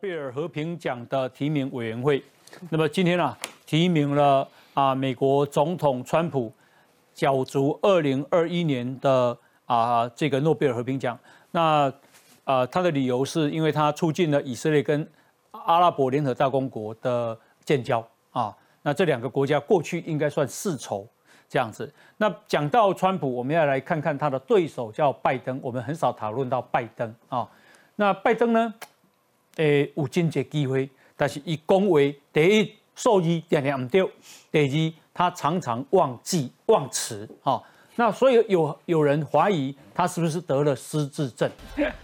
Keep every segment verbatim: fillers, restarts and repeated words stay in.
贝尔和平奖的提名委员会，那么今天啊提名了啊美国总统川普角逐二零二一年的啊这个诺贝尔和平奖。那啊他的理由是因为他促进了以色列跟阿拉伯联合大公国的建交啊，那这两个国家过去应该算世仇这样子。那讲到川普，我们要来看看他的对手叫拜登，我们很少讨论到拜登啊。那拜登呢？诶，有真侪机会，但是伊讲话第一数字常常唔对，第二他常常忘记忘词啊、哦。那所以有有人怀疑他是不是得了失智症？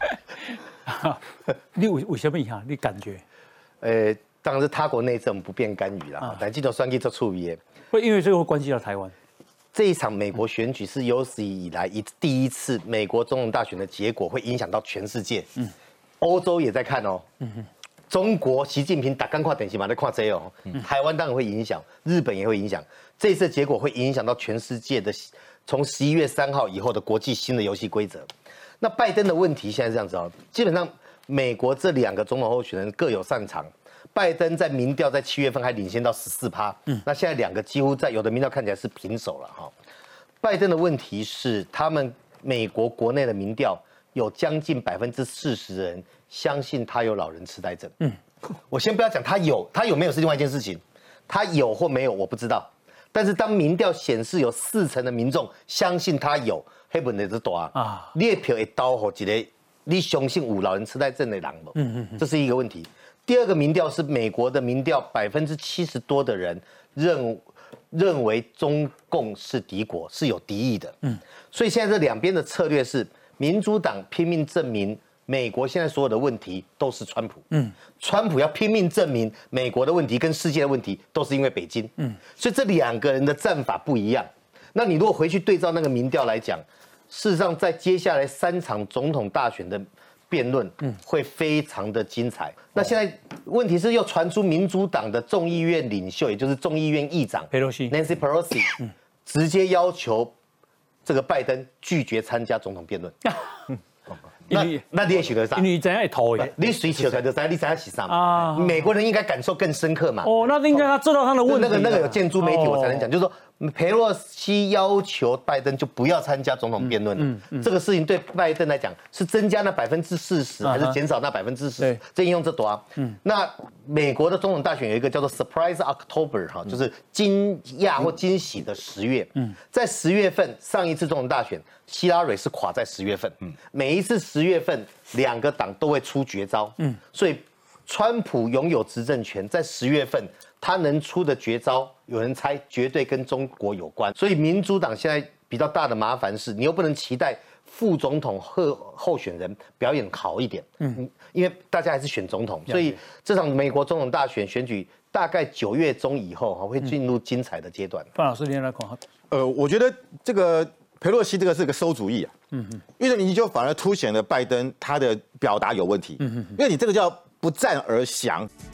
你为为什么呀？你感觉？ 呃，当然是他国内政不便干预啦，啊、但这种选举做处理的， 会因为这个会关系到台湾。 这一场美国选举是有史以来一第一次美国总统大选的结果会影响到全世界。嗯。欧洲也在看哦，嗯、中国习近平打刚跨等级嘛在看这哦，嗯、台湾当然会影响，日本也会影响，这次结果会影响到全世界的，从十一月三号以后的国际新的游戏规则。那拜登的问题现在是这样子哦，基本上美国这两个总统候选人各有擅长，拜登在民调在七月份还领先到十四趴，那现在两个几乎在有的民调看起来是平手了哈。拜登的问题是他们美国国内的民调。有将近百分之四十人相信他有老人痴呆症。嗯，我先不要讲他有，他有没有是另外一件事情，他有或没有我不知道。但是当民调显示有四成的民众相信他有，黑本的是多啊，列票一刀和一个你相信有老人痴呆症的人不？嗯嗯，这是一个问题。第二个民调是美国的民调，百分之七十多的人认认为中共是敌国，是有敌意的。嗯，所以现在这两边的策略是。民主党拼命证明美国现在所有的问题都是川普，嗯，川普要拼命证明美国的问题跟世界的问题都是因为北京，嗯，所以这两个人的战法不一样。那你如果回去对照那个民调来讲，事实上在接下来三场总统大选的辩论，嗯，会非常的精彩。那现在问题是又传出民主党的众议院领袖，也就是众议院议长佩洛西 Nancy Pelosi， 嗯，直接要求。这个拜登拒绝参加总统辩论，那那你也选得上？ 你怎样会投的？ 你谁选的？咱你怎样洗上啊？美国人应该感受更深刻嘛？ 哦，那应该他知道他的问题。 那个那个有建筑媒体我才能讲，就是说裴洛西要求拜登就不要参加总统辩论了。这个事情对拜登来讲是增加那百分之四十，还是减少那百分之十？这应用这多啊。那美国的总统大选有一个叫做 Surprise October 哈，就是惊讶或惊喜的十月。在十月份上一次总统大选，希拉蕊是垮在十月份。每一次十月份两个党都会出绝招。所以川普拥有执政权，在十月份。他能出的绝招，有人猜绝对跟中国有关，所以民主党现在比较大的麻烦是，你又不能期待副总统候候选人表演好一点，嗯，因为大家还是选总统，所以这场美国总统大选选举大概九月中以后哈会进入精彩的阶段。 范老师，你来看， 呃，我觉得这个裴洛西这个是个馊主意啊，嗯嗯，因为你就反而凸显了拜登他的表达有问题，嗯嗯，因为你这个叫不战而降。